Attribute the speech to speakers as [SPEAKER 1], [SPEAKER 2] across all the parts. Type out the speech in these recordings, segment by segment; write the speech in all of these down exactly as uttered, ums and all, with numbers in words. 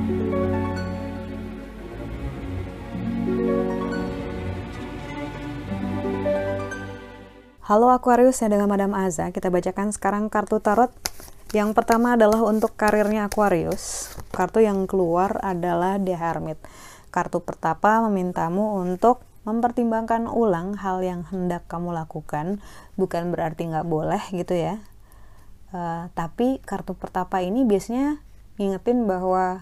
[SPEAKER 1] Halo Aquarius, ya dengan Madam Aza. Kita bacakan sekarang kartu tarot. Yang pertama adalah untuk karirnya Aquarius. Kartu yang keluar adalah The Hermit. Kartu pertama memintamu untuk mempertimbangkan ulang hal yang hendak kamu lakukan. Bukan berarti nggak boleh gitu ya. Uh, tapi kartu pertama ini biasanya ngingetin bahwa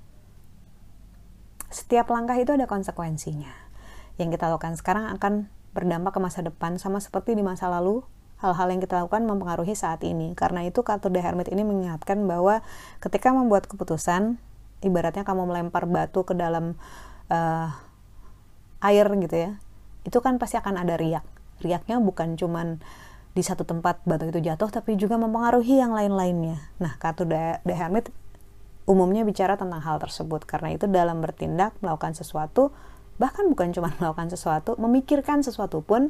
[SPEAKER 1] setiap langkah itu ada konsekuensinya. Yang kita lakukan sekarang akan berdampak ke masa depan, sama seperti di masa lalu hal-hal yang kita lakukan mempengaruhi saat ini. Karena itu kartu The Hermit ini mengingatkan bahwa ketika membuat keputusan, ibaratnya kamu melempar batu ke dalam uh, air gitu ya, itu kan pasti akan ada riak. Riaknya bukan cuman di satu tempat batu itu jatuh, tapi juga mempengaruhi yang lain-lainnya. Nah, kartu The, The Hermit umumnya bicara tentang hal tersebut. Karena itu dalam bertindak, melakukan sesuatu, bahkan bukan cuma melakukan sesuatu, memikirkan sesuatu pun,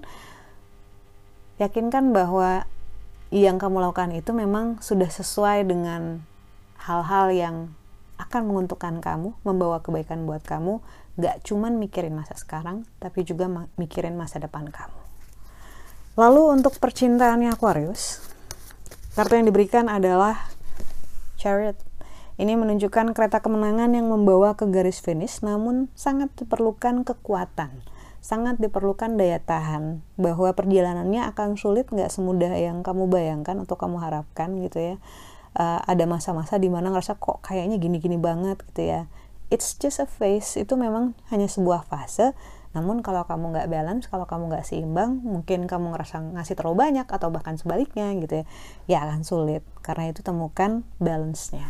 [SPEAKER 1] yakinkan bahwa yang kamu lakukan itu memang sudah sesuai dengan hal-hal yang akan menguntungkan kamu, membawa kebaikan buat kamu, gak cuma mikirin masa sekarang, tapi juga mikirin masa depan kamu. Lalu untuk percintaannya Aquarius, kartu yang diberikan adalah Chariot. Ini menunjukkan kereta kemenangan yang membawa ke garis finish, namun sangat diperlukan kekuatan, sangat diperlukan daya tahan, bahwa perjalanannya akan sulit, nggak semudah yang kamu bayangkan atau kamu harapkan gitu ya. Uh, ada masa-masa dimana ngerasa kok kayaknya gini-gini banget gitu ya. It's just a phase, itu memang hanya sebuah fase, namun kalau kamu nggak balance, kalau kamu nggak seimbang, mungkin kamu ngerasa ngasih terlalu banyak atau bahkan sebaliknya gitu ya, ya akan sulit. Karena itu temukan balance-nya.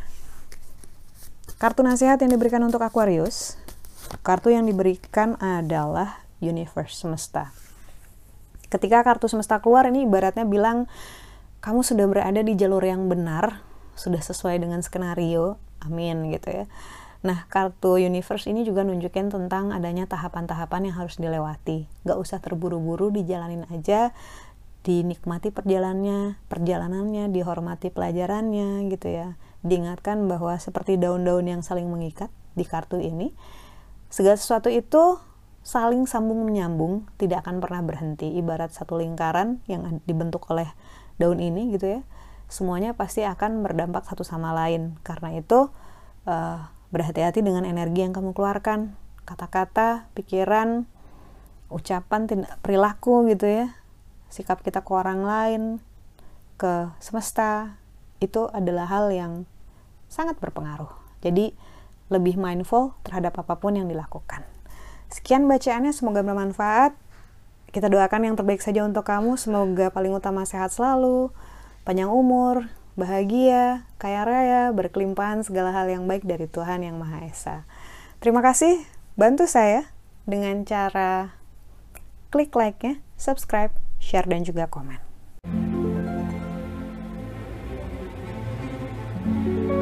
[SPEAKER 1] Kartu nasihat yang diberikan untuk Aquarius, kartu yang diberikan adalah Universe, semesta. Ketika kartu semesta keluar, ini ibaratnya bilang kamu sudah berada di jalur yang benar, sudah sesuai dengan skenario, amin gitu ya. Nah, kartu Universe ini juga nunjukin tentang adanya tahapan-tahapan yang harus dilewati. Gak usah terburu-buru, dijalanin aja, dinikmati perjalanannya, perjalanannya, dihormati pelajarannya gitu ya. Diingatkan bahwa seperti daun-daun yang saling mengikat di kartu ini, segala sesuatu itu saling sambung menyambung, tidak akan pernah berhenti. Ibarat satu lingkaran yang dibentuk oleh daun ini gitu ya, semuanya pasti akan berdampak satu sama lain. Karena itu uh, berhati-hati dengan energi yang kamu keluarkan, kata-kata, pikiran, ucapan, tindak, perilaku gitu ya, sikap kita ke orang lain, ke semesta, itu adalah hal yang sangat berpengaruh. Jadi lebih mindful terhadap apapun yang dilakukan. Sekian bacaannya, semoga bermanfaat. Kita doakan yang terbaik saja untuk kamu. Semoga paling utama sehat selalu, panjang umur, bahagia, kaya raya, berkelimpahan segala hal yang baik dari Tuhan Yang Maha Esa. Terima kasih, bantu saya dengan cara klik like-nya, subscribe, share, dan juga komen.